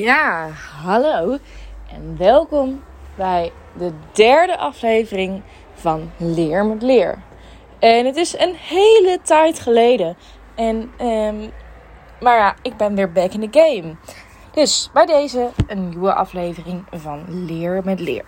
Ja, hallo en welkom bij de derde aflevering van Leer met Leer. En het is een hele tijd geleden. Maar ja, ik ben weer back in the game. Dus bij deze een nieuwe aflevering van Leer met Leer.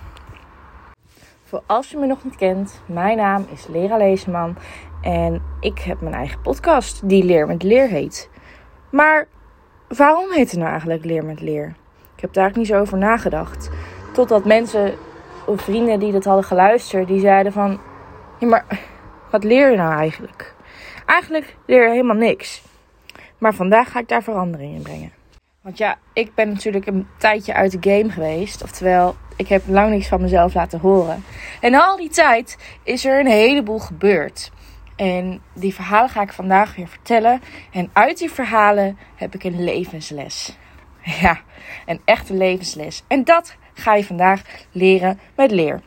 Voor als je me nog niet kent, mijn naam is Lera Leeseman. En ik heb mijn eigen podcast die Leer met Leer heet. Maar waarom heet het nou eigenlijk Leer met Leer? Ik heb daar eigenlijk niet zo over nagedacht. Totdat mensen of vrienden die dat hadden geluisterd, die zeiden van... Ja, maar wat leer je nou eigenlijk? Eigenlijk leer je helemaal niks. Maar vandaag ga ik daar verandering in brengen. Want ja, ik ben natuurlijk een tijdje uit de game geweest. Oftewel, ik heb lang niks van mezelf laten horen. En al die tijd is er een heleboel gebeurd. En die verhalen ga ik vandaag weer vertellen. En uit die verhalen heb ik een levensles. Ja, een echte levensles. En dat ga je vandaag leren met Leer.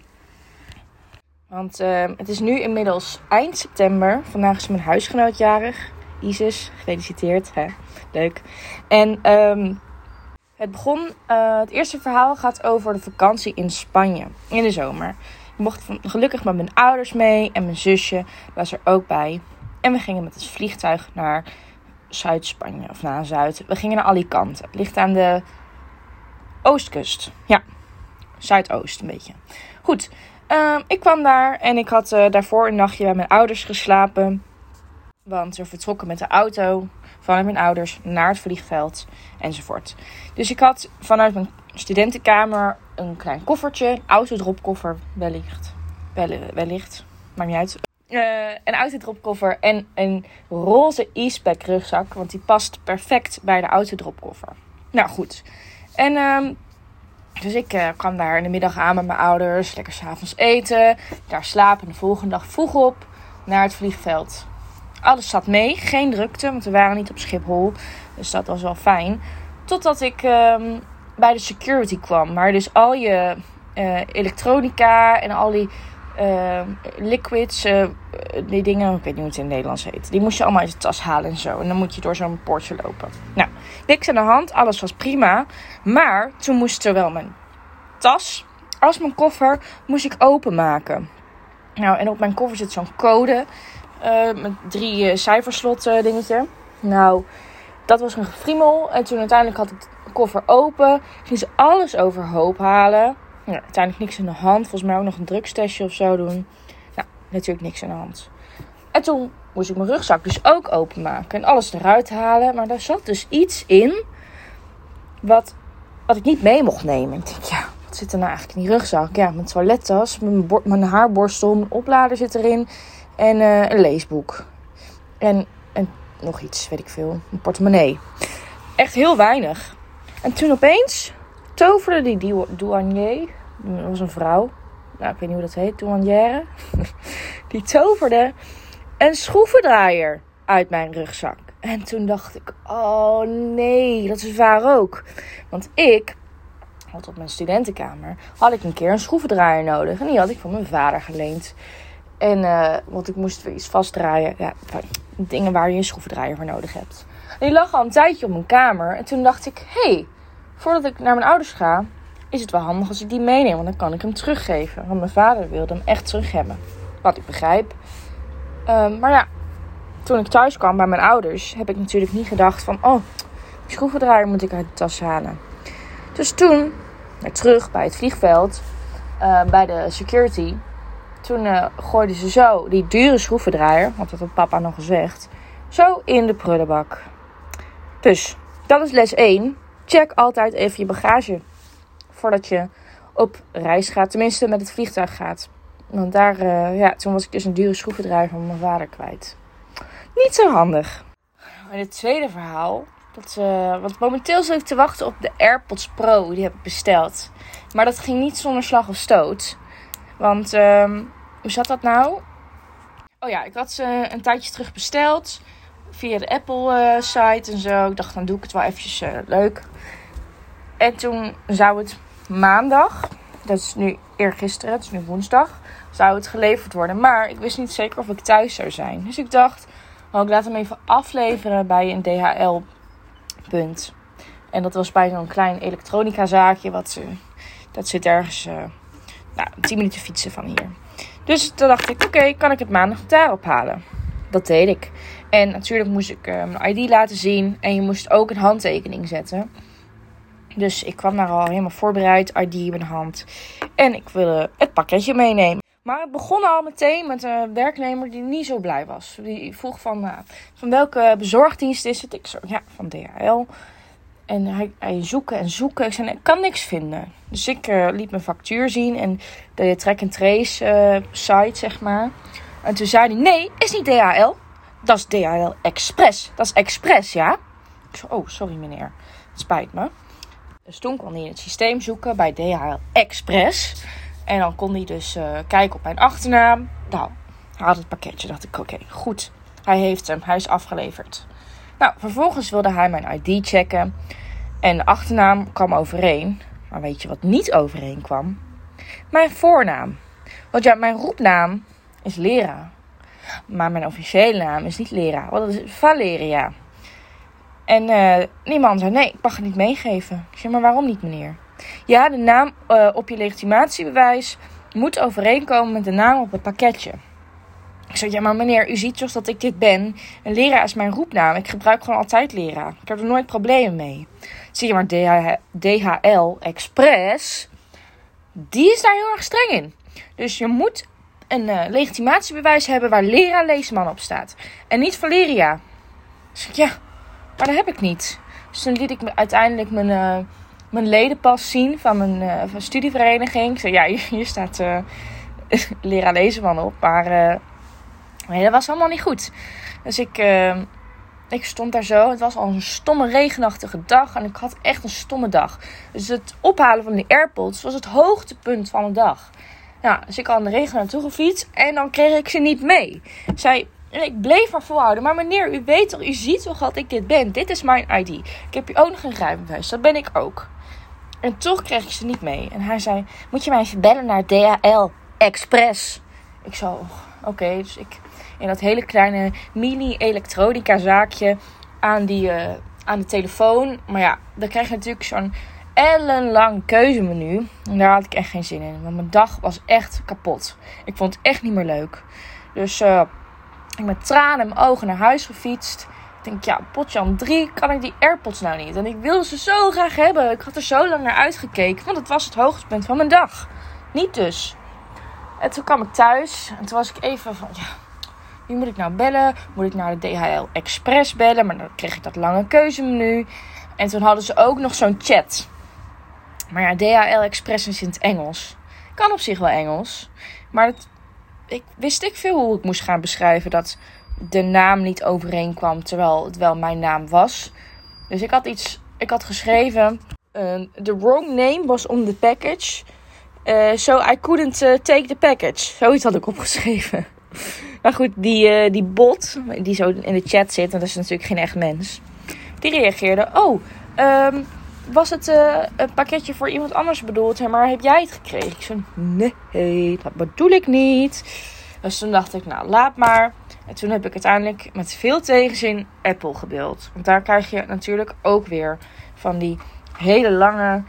Want het is nu inmiddels eind september. Vandaag is mijn huisgenoot jarig. Isis, gefeliciteerd. Hè? Leuk. En het begon... het eerste verhaal gaat over de vakantie in Spanje. In de zomer. Ik mocht gelukkig met mijn ouders mee. En mijn zusje was er ook bij. En we gingen met het vliegtuig naar Zuid-Spanje. Of naar Zuid. We gingen naar Alicante. Het ligt aan de oostkust. Ja, Zuidoost een beetje. Goed. Ik kwam daar. En ik had daarvoor een nachtje bij mijn ouders geslapen. Want we vertrokken met de auto vanuit mijn ouders naar het vliegveld. Enzovoort. Dus ik had vanuit mijn studentenkamer een klein koffertje. Een autodropkoffer wellicht. Maakt niet uit. Een autodropkoffer en een roze e-spec rugzak. Want die past perfect bij de autodropkoffer. Nou goed. En dus ik kwam daar in de middag aan met mijn ouders. Lekker 's avonds eten. Daar slapen de volgende dag vroeg op. Naar het vliegveld. Alles zat mee. Geen drukte. Want we waren niet op Schiphol. Dus dat was wel fijn. Totdat ik bij de security kwam. Maar dus al je elektronica en al die liquids, die dingen, ik weet niet hoe het in het Nederlands heet. Die moest je allemaal uit de tas halen en zo. En dan moet je door zo'n poortje lopen. Nou, niks aan de hand. Alles was prima. Maar toen moest zowel mijn tas als mijn koffer moest ik openmaken. Nou, en op mijn koffer zit zo'n code. Met 3 cijferslot dingetje. Nou, dat was een gefriemel. En toen uiteindelijk had ik de koffer open. Ging ze alles overhoop halen. Nou, uiteindelijk niks aan de hand. Volgens mij ook nog een drugstestje of zo doen. Nou, natuurlijk niks aan de hand. En toen moest ik mijn rugzak dus ook openmaken. En alles eruit halen. Maar daar zat dus iets in. Wat ik niet mee mocht nemen. Ik denk, ja, wat zit er nou eigenlijk in die rugzak? Ja, mijn toilettas, mijn haarborstel, mijn oplader zit erin. En een leesboek. En nog iets, weet ik veel. Een portemonnee. Echt heel weinig. En toen opeens toverde die douanier. Dat was een vrouw. Nou, ik weet niet hoe dat heet. Douanière. Die toverde een schroevendraaier uit mijn rugzak. En toen dacht ik, oh nee, dat is waar ook. Want ik had op mijn studentenkamer had ik een keer een schroevendraaier nodig. En die had ik van mijn vader geleend. En want ik moest weer iets vastdraaien. Ja, dingen waar je een schroevendraaier voor nodig hebt. En die lag al een tijdje op mijn kamer. En toen dacht ik, hey, voordat ik naar mijn ouders ga, is het wel handig als ik die meeneem. Want dan kan ik hem teruggeven. Want mijn vader wilde hem echt terug hebben. Wat ik begrijp. Maar ja, toen ik thuis kwam bij mijn ouders, heb ik natuurlijk niet gedacht van, oh, die schroevendraaier moet ik uit de tas halen. Dus toen, naar terug bij het vliegveld, bij de security. Toen gooiden ze zo die dure schroevendraaier, want dat had papa nog gezegd, zo in de prullenbak. Dus, dat is les 1. Check altijd even je bagage voordat je op reis gaat. Tenminste, met het vliegtuig gaat. Want daar, toen was ik dus een dure schroevendraaier van mijn vader kwijt. Niet zo handig. En het tweede verhaal, want momenteel zit ik te wachten op de AirPods Pro. Die heb ik besteld. Maar dat ging niet zonder slag of stoot. Want, hoe zat dat nou? Oh ja, ik had ze een tijdje terug besteld. Via de Apple site en zo. Ik dacht, dan doe ik het wel eventjes leuk. En toen zou het maandag, dat is nu eergisteren, het is nu woensdag, zou het geleverd worden. Maar ik wist niet zeker of ik thuis zou zijn. Dus ik dacht, ik laat hem even afleveren bij een DHL-punt. En dat was bij zo'n klein elektronica zaakje. Dat zit ergens 10 minuten fietsen van hier. Dus toen dacht ik, oké, kan ik het maandag daar ophalen? Dat deed ik. En natuurlijk moest ik mijn ID laten zien. En je moest ook een handtekening zetten. Dus ik kwam daar al helemaal voorbereid. ID in mijn hand. En ik wilde het pakketje meenemen. Maar het begon al meteen met een werknemer die niet zo blij was. Die vroeg van welke bezorgdienst is het? Ik zo, ja, van DHL. En hij zoeken en zoeken. Ik zei, nee, ik kan niks vinden. Dus ik liet mijn factuur zien. En de track-and-trace site, zeg maar. En toen zei hij, nee, is niet DHL. Dat is DHL Express. Dat is Express, ja? Ik zei, oh, sorry meneer. Het spijt me. Dus toen kon hij in het systeem zoeken bij DHL Express. En dan kon hij dus kijken op mijn achternaam. Nou, hij had het pakketje. Dacht ik, oké, goed. Hij heeft hem. Hij is afgeleverd. Nou, vervolgens wilde hij mijn ID checken. En de achternaam kwam overeen. Maar weet je wat niet overeen kwam? Mijn voornaam. Want ja, mijn roepnaam is Lera. Maar mijn officiële naam is niet Lera. Want dat is Valeria. En die man zei, nee, ik mag het niet meegeven. Ik zei, maar waarom niet, meneer? Ja, de naam op je legitimatiebewijs moet overeenkomen met de naam op het pakketje. Ik zei, ja, maar meneer, u ziet toch dat ik dit ben. En Lera is mijn roepnaam. Ik gebruik gewoon altijd Lera. Ik heb er nooit problemen mee. Zie je, maar DHL Express, die is daar heel erg streng in. Dus je moet een legitimatiebewijs hebben waar Lera Leesman op staat. En niet Valeria. Dus ik, ja, maar dat heb ik niet. Dus toen liet ik uiteindelijk mijn ledenpas zien van mijn studievereniging. Ik zei, ja, hier staat Lera Leesman op. Maar nee, dat was allemaal niet goed. Dus ik stond daar zo. Het was al een stomme regenachtige dag. En ik had echt een stomme dag. Dus het ophalen van die AirPods was het hoogtepunt van de dag. Ja, dus ik had in de regen naartoe gefietst. En dan kreeg ik ze niet mee. En ik bleef maar volhouden. Maar meneer, u weet toch, u ziet toch dat ik dit ben. Dit is mijn ID. Ik heb hier ook nog een rijbewijs. Dat ben ik ook. En toch kreeg ik ze niet mee. En hij zei, moet je mij even bellen naar DHL Express? Ik zo, oké. Dus ik in dat hele kleine mini-elektronica zaakje aan de telefoon. Maar ja, dan krijg je natuurlijk zo'n ellenlang keuzemenu. En daar had ik echt geen zin in. Want mijn dag was echt kapot. Ik vond het echt niet meer leuk. Dus ik met tranen in mijn ogen naar huis gefietst. Ik denk, ja, potjan 3 kan ik die AirPods nou niet. En ik wilde ze zo graag hebben. Ik had er zo lang naar uitgekeken. Want het was het hoogtepunt van mijn dag. Niet dus. En toen kwam ik thuis. En toen was ik even van, ja, wie moet ik nou bellen? Moet ik naar de DHL Express bellen? Maar dan kreeg ik dat lange keuzemenu. En toen hadden ze ook nog zo'n chat. Maar ja, DHL Express is in het Engels. Kan op zich wel Engels. Maar ik wist veel hoe ik moest gaan beschrijven dat de naam niet overeenkwam, terwijl het wel mijn naam was. Dus ik had geschreven, the wrong name was on the package, so I couldn't take the package. Zoiets had ik opgeschreven. Maar goed, die bot, die zo in de chat zit, en dat is natuurlijk geen echt mens, die reageerde, was het een pakketje voor iemand anders bedoeld, maar heb jij het gekregen? Ik zei, nee, dat bedoel ik niet. Dus toen dacht ik, nou, laat maar. En toen heb ik uiteindelijk met veel tegenzin Apple gebeld. Want daar krijg je natuurlijk ook weer van die hele lange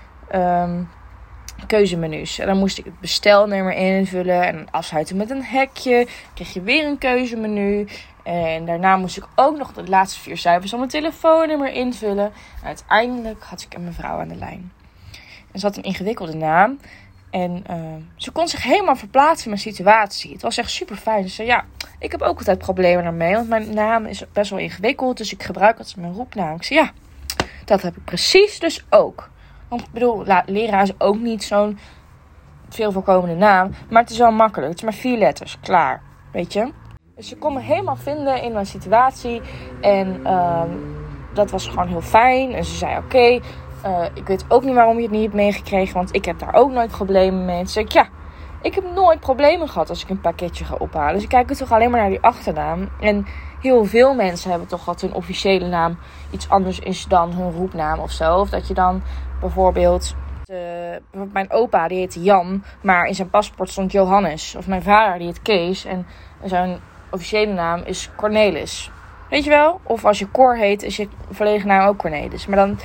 keuzemenu's. En dan moest ik het bestelnummer invullen en afsluiten met een hekje. Dan kreeg je weer een keuzemenu. En daarna moest ik ook nog de laatste 4 cijfers van mijn telefoonnummer invullen. En uiteindelijk had ik een mevrouw aan de lijn. En ze had een ingewikkelde naam. En ze kon zich helemaal verplaatsen in mijn situatie. Het was echt super fijn. Ze zei, ja, ik heb ook altijd problemen daarmee. Want mijn naam is best wel ingewikkeld. Dus ik gebruik het als mijn roepnaam. Ik zei, ja, dat heb ik precies dus ook. Want ik bedoel, Lera is ook niet zo'n veel voorkomende naam. Maar het is wel makkelijk. Het is maar 4 letters. Klaar. Weet je? Dus ze kon me helemaal vinden in mijn situatie. En dat was gewoon heel fijn. En ze zei, oké, ik weet ook niet waarom je het niet hebt meegekregen. Want ik heb daar ook nooit problemen mee. En toen zei ik, ja, ik heb nooit problemen gehad als ik een pakketje ga ophalen. Dus ik kijk toch alleen maar naar die achternaam. En heel veel mensen hebben toch dat hun officiële naam iets anders is dan hun roepnaam of zo. Of dat je dan bijvoorbeeld mijn opa, die heette Jan, maar in zijn paspoort stond Johannes. Of mijn vader, die heet Kees. En zijn officiële naam is Cornelis. Weet je wel? Of als je Cor heet, is je volledige naam ook Cornelis. Maar dan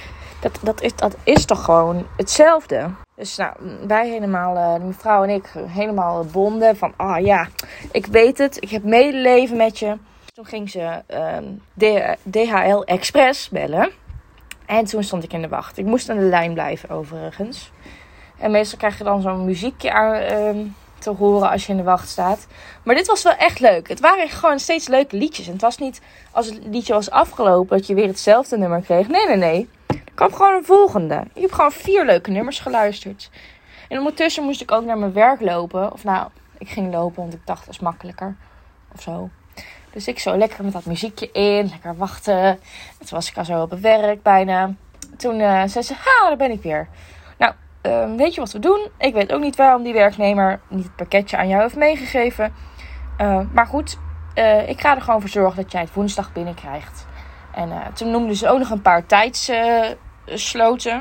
Dat is toch gewoon hetzelfde. Dus nou, wij helemaal, de mevrouw en ik, helemaal bonden van, ik weet het, ik heb medeleven met je. Toen ging ze DHL Express bellen. En toen stond ik in de wacht. Ik moest aan de lijn blijven overigens. En meestal krijg je dan zo'n muziekje te horen als je in de wacht staat. Maar dit was wel echt leuk. Het waren gewoon steeds leuke liedjes. En het was niet als het liedje was afgelopen dat je weer hetzelfde nummer kreeg. Nee. Er kwam gewoon een volgende. Ik heb gewoon 4 leuke nummers geluisterd. En ondertussen moest ik ook naar mijn werk lopen. Of nou, ik ging lopen, want ik dacht dat is makkelijker. Of zo. Dus ik zo lekker met dat muziekje in. Lekker wachten. En toen was ik al zo op het werk bijna. Toen zei ze, daar ben ik weer. Nou, weet je wat we doen? Ik weet ook niet waarom die werknemer niet het pakketje aan jou heeft meegegeven. Maar goed, ik ga er gewoon voor zorgen dat jij het woensdag binnenkrijgt. En toen noemden ze ook nog een paar tijdmomenten.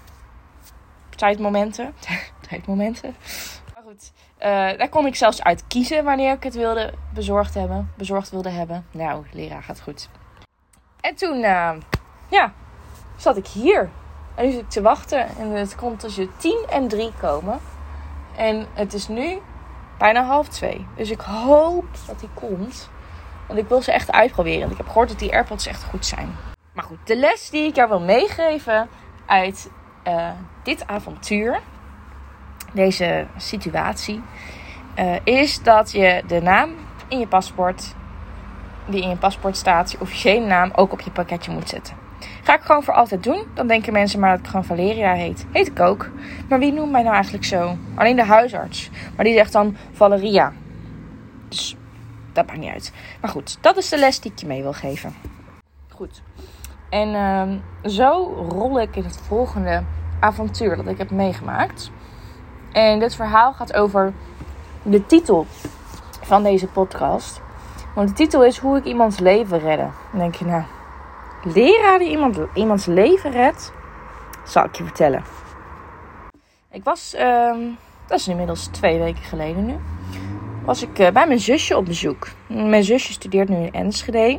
Maar goed, daar kon ik zelfs uit kiezen wanneer ik het bezorgd wilde hebben. Nou, leraar gaat goed. En toen, zat ik hier. En nu zit ik te wachten. En het komt tussen 10 en 3 komen. En het is nu bijna 1:30. Dus ik hoop dat hij komt. Want ik wil ze echt uitproberen. Want ik heb gehoord dat die AirPods echt goed zijn. Maar goed, de les die ik jou wil meegeven uit dit avontuur. Deze situatie. Is dat je de naam in je paspoort, die in je paspoort staat, je officiële naam, ook op je pakketje moet zetten. Ga ik gewoon voor altijd doen. Dan denken mensen maar dat ik gewoon Valeria heet. Heet ik ook. Maar wie noemt mij nou eigenlijk zo? Alleen de huisarts. Maar die zegt dan Valeria. Dus dat maakt niet uit. Maar goed, dat is de les die ik je mee wil geven. Goed. En zo rol ik in het volgende avontuur dat ik heb meegemaakt. En dit verhaal gaat over de titel van deze podcast. Want de titel is Hoe ik iemands leven redde. Dan denk je, nou, leraar die iemands leven redt? Zal ik je vertellen. Ik was, dat is inmiddels 2 weken geleden nu, was ik bij mijn zusje op bezoek. Mijn zusje studeert nu in Enschede.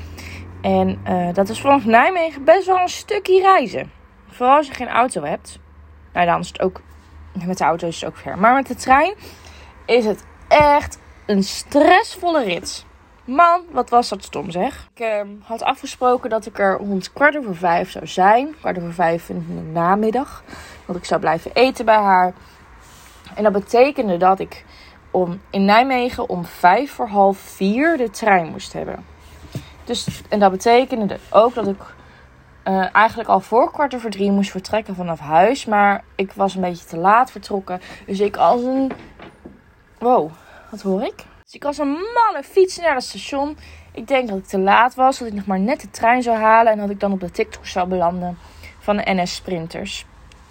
En dat is vanaf Nijmegen best wel een stukje reizen. Vooral als je geen auto hebt. Nou, dan is het ook, met de auto is het ook ver. Maar met de trein is het echt een stressvolle rit. Man, wat was dat stom zeg. Ik had afgesproken dat ik er rond 4:15 zou zijn. 4:15 in de namiddag. Want ik zou blijven eten bij haar. En dat betekende dat ik in Nijmegen om 4:45 de trein moest hebben. En dat betekende ook dat ik eigenlijk al voor 2:45 moest vertrekken vanaf huis. Maar ik was een beetje te laat vertrokken. Dus ik als een... Wow, wat hoor ik? Dus ik als een malle fietsen naar het station. Ik denk dat ik te laat was. Dat ik nog maar net de trein zou halen. En dat ik dan op de TikTok zou belanden van de NS Sprinters.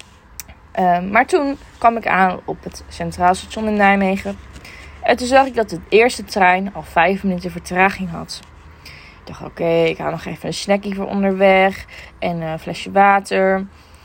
Maar toen kwam ik aan op het Centraal Station in Nijmegen. En toen zag ik dat de eerste trein al 5 minuten vertraging had. Ik dacht, oké, ik haal nog even een snackie voor onderweg. En een flesje water.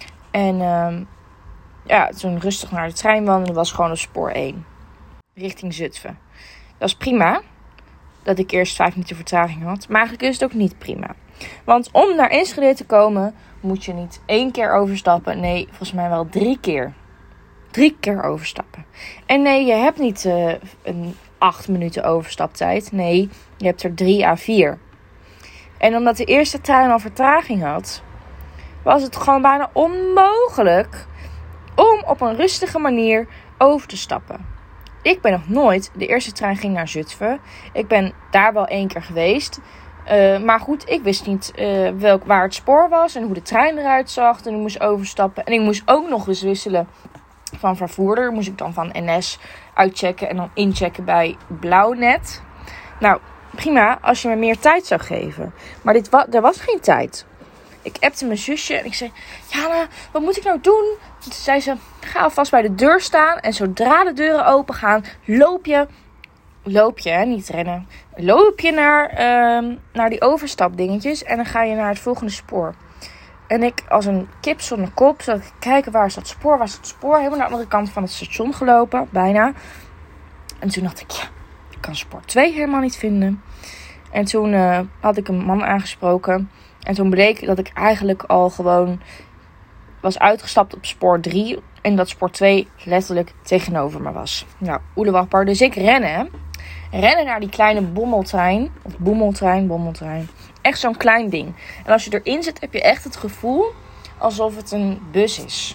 En toen rustig naar de trein wandelen. Was gewoon op spoor 1. Richting Zutphen. Dat is prima. Dat ik eerst 5 minuten vertraging had. Maar eigenlijk is het ook niet prima. Want om naar Enschede te komen, moet je niet 1 keer overstappen. Nee, volgens mij wel 3 keer. 3 keer overstappen. En nee, je hebt niet een 8 minuten overstaptijd. Nee, je hebt er 3 à 4. En omdat de eerste trein al vertraging had, was het gewoon bijna onmogelijk om op een rustige manier over te stappen. Ik ben nog nooit, de eerste trein ging naar Zutphen. Ik ben daar wel 1 keer geweest. Maar goed, ik wist niet waar het spoor was en hoe de trein eruit zag. En ik moest overstappen. En ik moest ook nog eens wisselen van vervoerder. Moest ik dan van NS uitchecken en dan inchecken bij Blauwnet. Nou, prima als je me meer tijd zou geven. Maar er was geen tijd. Ik appte mijn zusje en ik zei, Jana, wat moet ik nou doen? Toen zei ze, ga alvast bij de deur staan. En zodra de deuren open gaan, loop je, hè, niet rennen. Loop je naar die overstapdingetjes en dan ga je naar het volgende spoor. En ik als een kip zonder kop zat ik kijken, waar is dat spoor? Helemaal naar de andere kant van het station gelopen, bijna. En toen dacht ik, ik kan spoor 2 helemaal niet vinden. En toen had ik een man aangesproken. En toen bleek dat ik eigenlijk al gewoon was uitgestapt op spoor 3 en dat spoor 2 letterlijk tegenover me was. Nou, oelewapper. Dus ik rennen naar die kleine bommeltrein. Of bommeltrein. Echt zo'n klein ding. En als je erin zit, heb je echt het gevoel alsof het een bus is.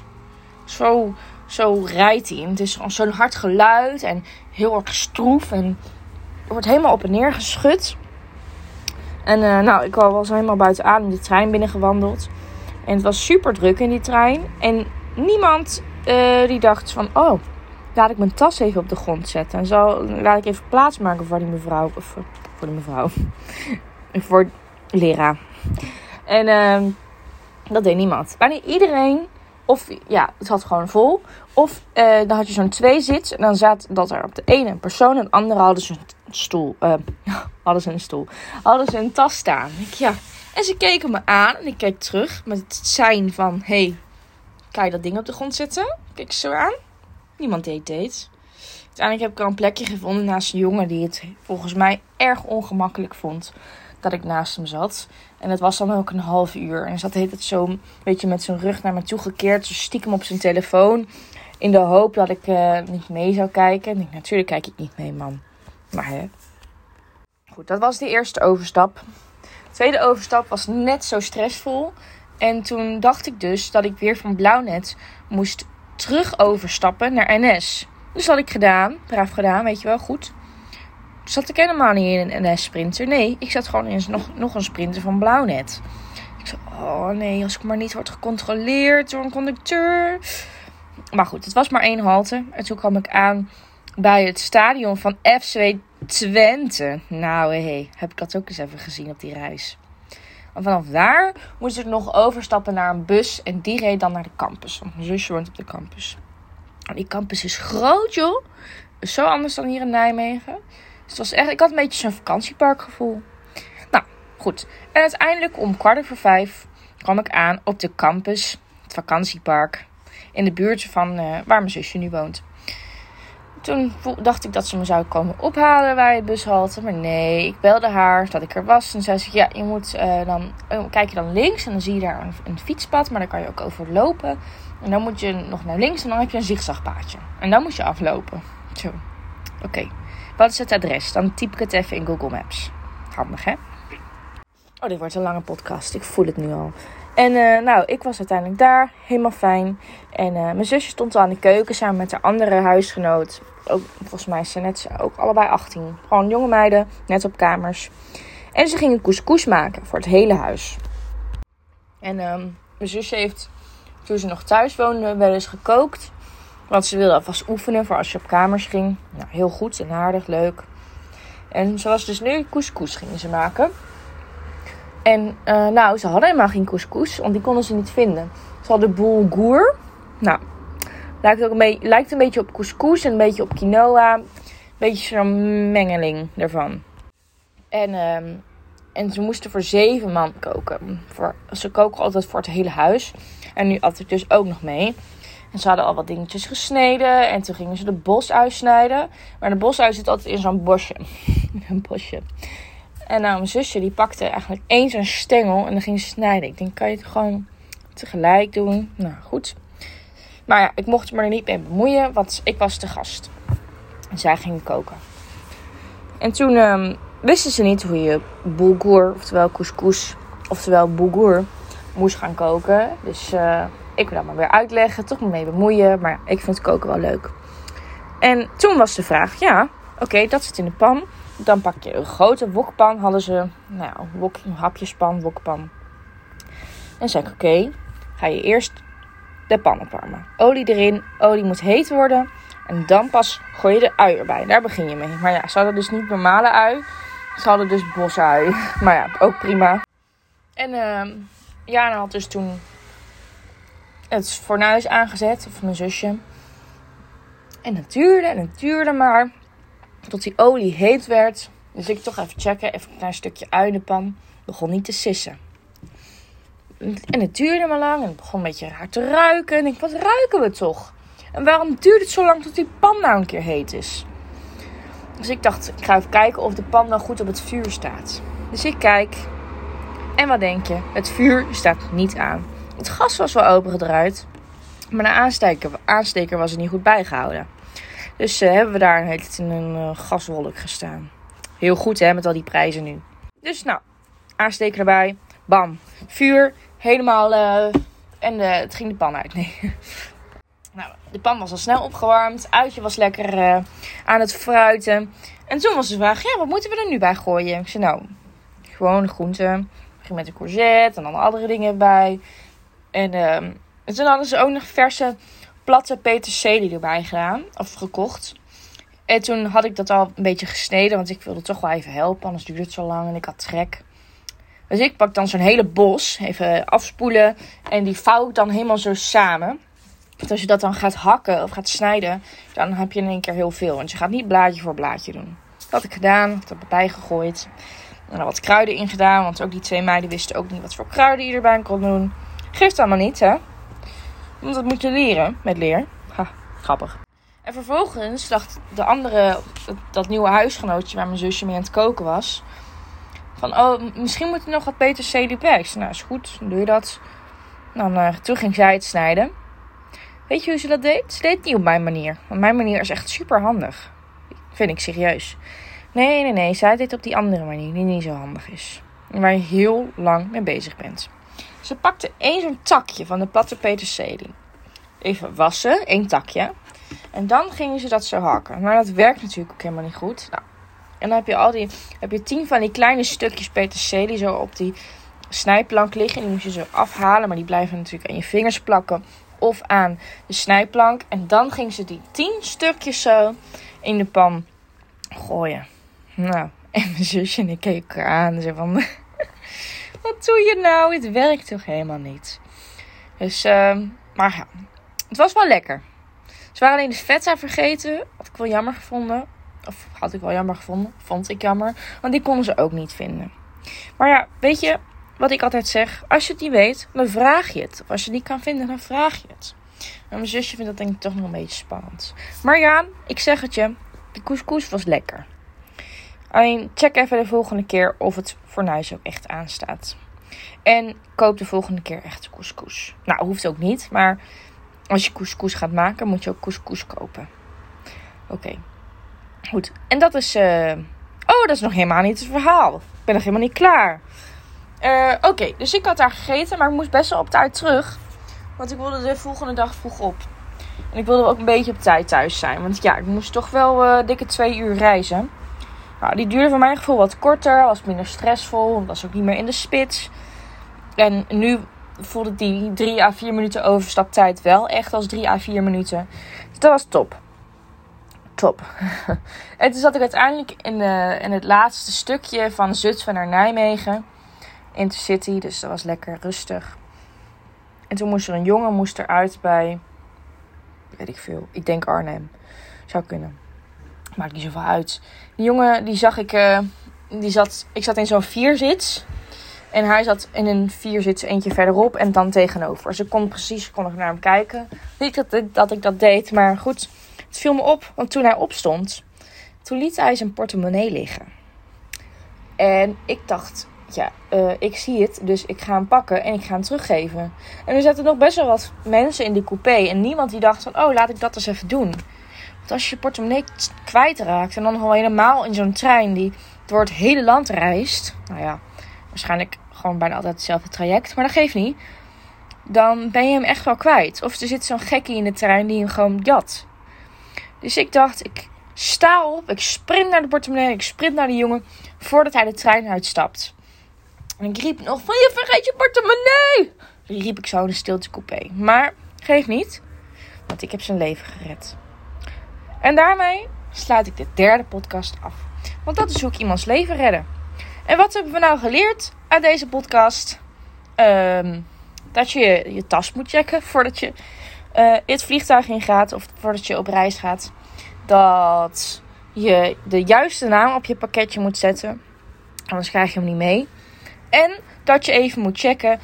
Zo rijdt hij. Het is zo'n hard geluid en heel erg stroef. En er wordt helemaal op en neer geschud. En ik was helemaal buiten adem de trein binnengewandeld. En het was super druk in die trein. En niemand die dacht van... Oh, laat ik mijn tas even op de grond zetten. En laat ik even plaats maken voor die mevrouw. Of voor de mevrouw. Voor Lera. En dat deed niemand. Bijna iedereen... Of ja, het zat gewoon vol. Of dan had je zo'n 2-zits. En dan zat dat er op de ene een persoon en de andere hadden ze een stoel. Hadden ze een tas staan. En ze keken me aan. En ik keek terug met het sein van... Hey, kan je dat ding op de grond zetten? Keek ze zo aan. Niemand deed het. Uiteindelijk heb ik al een plekje gevonden naast een jongen die het volgens mij erg ongemakkelijk vond dat ik naast hem zat. En het was dan ook een half uur. En zat heet het zo een beetje met zijn rug naar me toe gekeerd. Dus stiekem op zijn telefoon. In de hoop dat ik niet mee zou kijken. En ik denk, natuurlijk kijk ik niet mee, man. Maar goed, dat was de eerste overstap. De tweede overstap was net zo stressvol. En toen dacht ik dus dat ik weer van Blauwnet moest terug overstappen naar NS. Dus dat had ik gedaan. Braaf gedaan, weet je wel, goed. Zat ik helemaal niet in een NS-sprinter. Nee, ik zat gewoon in nog een sprinter van Blauwnet. Ik zei, oh nee, als ik maar niet word gecontroleerd door een conducteur. Maar goed, het was maar 1 halte. En toen kwam ik aan bij het stadion van FC Twente. Nou, heb ik dat ook eens even gezien op die reis. En vanaf daar moest ik nog overstappen naar een bus. En die reed dan naar de campus. Want mijn zusje woont op de campus. En die campus is groot, joh. Is zo anders dan hier in Nijmegen. Dus het was echt, ik had een beetje zo'n vakantieparkgevoel. Nou, goed. En uiteindelijk om 4:15 kwam ik aan op de campus, het vakantiepark, in de buurt van waar mijn zusje nu woont. Toen dacht ik dat ze me zou komen ophalen bij het bushalte. Maar nee, ik belde haar dat ik er was. En zei ze, ja, je moet kijk je dan links en dan zie je daar een fietspad. Maar daar kan je ook over lopen. En dan moet je nog naar links en dan heb je een zigzagpaadje. En dan moet je aflopen. Zo, oké. Wat is het adres? Dan typ ik het even in Google Maps. Handig, hè? Oh, dit wordt een lange podcast. Ik voel het nu al. En ik was uiteindelijk daar. Helemaal fijn. En mijn zusje stond al aan de keuken samen met haar andere huisgenoot. Ook, volgens mij zijn ze ook allebei 18. Gewoon jonge meiden, net op kamers. En ze gingen couscous maken voor het hele huis. En mijn zusje heeft, toen ze nog thuis woonde, wel eens gekookt. Want ze wilde alvast oefenen voor als je op kamers ging. Nou, heel goed en aardig, leuk. En zoals dus nu couscous gingen ze maken. En ze hadden helemaal geen couscous, want die konden ze niet vinden. Ze hadden bulgur. Nou, lijkt een beetje op couscous en een beetje op quinoa. Een beetje zo'n mengeling daarvan. En ze moesten voor 7 man koken. Ze koken altijd voor het hele huis. En nu at ik dus ook nog mee. En ze hadden al wat dingetjes gesneden. En toen gingen ze de bosui snijden. Maar de bosui zit altijd in zo'n bosje. Een bosje. En mijn zusje die pakte eigenlijk 1 zo'n stengel. En dan ging ze snijden. Ik denk, kan je het gewoon tegelijk doen? Nou, goed. Maar ja, ik mocht me er niet mee bemoeien. Want ik was de gast. En zij gingen koken. En toen wisten ze niet hoe je bulgur, oftewel couscous, oftewel bulgur, moest gaan koken. Dus ik wil dat maar weer uitleggen. Toch me mee bemoeien. Maar ik vind koken wel leuk. En toen was de vraag, ja, oké, dat zit in de pan. Dan pak je een grote wokpan. Hadden ze, een hapjespan, wokpan. En zei ik, oké, ga je eerst de pan opwarmen. Olie erin. Olie moet heet worden. En dan pas gooi je de ui erbij. Daar begin je mee. Maar ja, ze hadden dus niet normale ui. Ze hadden dus bosui. Maar ja, ook prima. En Jana had dus toen het fornuis aangezet. Of mijn zusje. En het duurde maar. Tot die olie heet werd. Dus ik toch even checken. Even een klein stukje ui in de pan. Begon niet te sissen. En het duurde maar lang. En het begon een beetje raar te ruiken. En ik, wat ruiken we toch? En waarom duurt het zo lang tot die pan nou een keer heet is? Dus ik dacht, ik ga even kijken of de pan wel goed op het vuur staat. Dus ik kijk. En wat denk je? Het vuur staat niet aan. Het gas was wel opengedraaid. Maar de aansteker was er niet goed bijgehouden. Dus hebben we daar in een gaswolk gestaan. Heel goed hè, met al die prijzen nu. Dus nou, aansteker erbij. Bam. Vuur. Helemaal. En het ging de pan uit. Nee. Nou, de pan was al snel opgewarmd. Het uitje was lekker aan het fruiten. En toen was de vraag, ja, wat moeten we er nu bij gooien? Ik zei, nou, gewoon de groenten. Ik ging met een courgette en dan andere dingen erbij. En toen hadden ze ook nog verse platte peterselie erbij gedaan. Of gekocht. En toen had ik dat al een beetje gesneden. Want ik wilde toch wel even helpen. Anders duurde het zo lang en ik had trek. Dus ik pak dan zo'n hele bos. Even afspoelen. En die vouw ik dan helemaal zo samen. Want als je dat dan gaat hakken of gaat snijden. Dan heb je in één keer heel veel. Want je gaat niet blaadje voor blaadje doen. Dat had ik gedaan. Dat heb ik erbij gegooid. En er wat kruiden in gedaan. Want ook die 2 meiden wisten ook niet wat voor kruiden je erbij kon doen. Geeft allemaal niet, hè. Want dat moet je leren met leer. Ha, grappig. En vervolgens dacht de andere, dat nieuwe huisgenootje waar mijn zusje mee aan het koken was. Van, oh, misschien moet er nog wat peterselie bij. Ik zei, nou is goed, dan doe je dat. Toen ging zij het snijden. Weet je hoe ze dat deed? Ze deed het niet op mijn manier. Want mijn manier is echt super handig. Vind ik serieus. Nee. Zij deed het op die andere manier die niet zo handig is. En waar je heel lang mee bezig bent. Ze pakte zo'n takje van de platte peterselie. Even wassen, 1 takje. En dan gingen ze dat zo hakken. Maar dat werkt natuurlijk ook helemaal niet goed. Nou, en dan heb je 10 van die kleine stukjes peterselie zo op die snijplank liggen. Die moet je zo afhalen, maar die blijven natuurlijk aan je vingers plakken. Of aan de snijplank. En dan ging ze die 10 stukjes zo in de pan gooien. Nou, en mijn zusje en ik keken elkaar aan. En ze van, wat doe je nou? Het werkt toch helemaal niet. Dus, maar ja, het was wel lekker. Ze waren alleen de feta vergeten. Had ik wel jammer gevonden. Of had ik wel jammer gevonden. Vond ik jammer. Want die konden ze ook niet vinden. Maar ja, weet je wat ik altijd zeg? Als je het niet weet, dan vraag je het. Of als je het niet kan vinden, dan vraag je het. En mijn zusje vindt dat denk ik toch nog een beetje spannend. Maar ja, ik zeg het je. De couscous was lekker. Alleen check even de volgende keer of het fornuis ook echt aanstaat. En koop de volgende keer echt couscous. Nou, hoeft ook niet. Maar als je couscous gaat maken, moet je ook couscous kopen. Oké. Goed. En dat is... dat is nog helemaal niet het verhaal. Ik ben nog helemaal niet klaar. Oké, dus ik had daar gegeten. Maar ik moest best wel op tijd terug. Want ik wilde de volgende dag vroeg op. En ik wilde ook een beetje op tijd thuis zijn. Want ja, ik moest toch wel dikke 2 uur reizen. Nou, die duurde voor mijn gevoel wat korter. Was minder stressvol. Was ook niet meer in de spits. En nu voelde die 3 à 4 minuten overstaptijd wel echt als 3 à 4 minuten. Dus dat was top. Top. En toen zat ik uiteindelijk in het laatste stukje van Zutphen naar Nijmegen. Intercity, dus dat was lekker rustig. En toen moest er een jongen eruit bij, weet ik veel, ik denk Arnhem. Zou kunnen. Maakt niet zoveel uit. Die jongen, die zag ik, ik zat in zo'n 4-zits. En hij zat in een 4-zits eentje verderop en dan tegenover. Dus ik kon ik naar hem kijken. Niet dat ik dat deed, maar goed. Het viel me op, want toen hij opstond, toen liet hij zijn portemonnee liggen. En ik dacht, ja, ik zie het, dus ik ga hem pakken en ik ga hem teruggeven. En er zaten nog best wel wat mensen in die coupé. En niemand die dacht van, oh, laat ik dat eens even doen. Want als je je portemonnee kwijtraakt en dan al helemaal in zo'n trein die door het hele land reist. Nou ja, waarschijnlijk gewoon bijna altijd hetzelfde traject, maar dat geeft niet. Dan ben je hem echt wel kwijt. Of er zit zo'n gekkie in de trein die hem gewoon jat. Dus ik dacht, ik sta op, ik sprint naar de portemonnee, ik sprint naar de jongen voordat hij de trein uitstapt. En ik riep nog van, je vergeet je portemonnee! Die riep ik zo in de stilte coupé. Maar, geef niet, want ik heb zijn leven gered. En daarmee sluit ik de 3e podcast af. Want dat is hoe ik iemands leven redden. En wat hebben we nou geleerd uit deze podcast? Dat je je tas moet checken voordat je het vliegtuig ingaat of voordat je op reis gaat. Dat je de juiste naam op je pakketje moet zetten. Anders krijg je hem niet mee. En dat je even moet checken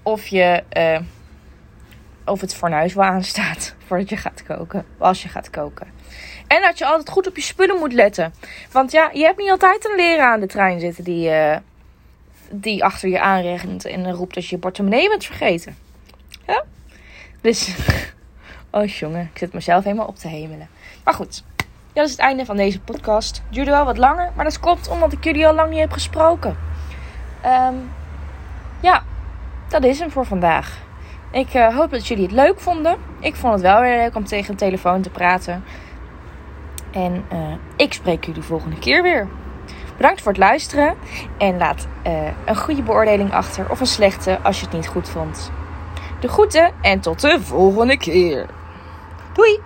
of het fornuis wel aanstaat voordat je gaat koken. Als je gaat koken. En dat je altijd goed op je spullen moet letten. Want ja, je hebt niet altijd een leraar aan de trein zitten die achter je aanrent en roept dat je je portemonnee bent vergeten. Dus, oh jongen, ik zit mezelf helemaal op te hemelen. Maar goed, dat is het einde van deze podcast. Het duurde wel wat langer, maar dat komt omdat ik jullie al lang niet heb gesproken. Ja, dat is hem voor vandaag. Ik hoop dat jullie het leuk vonden. Ik vond het wel weer leuk om tegen een telefoon te praten. En ik spreek jullie volgende keer weer. Bedankt voor het luisteren. En laat een goede beoordeling achter of een slechte als je het niet goed vond. De groeten en tot de volgende keer. Doei!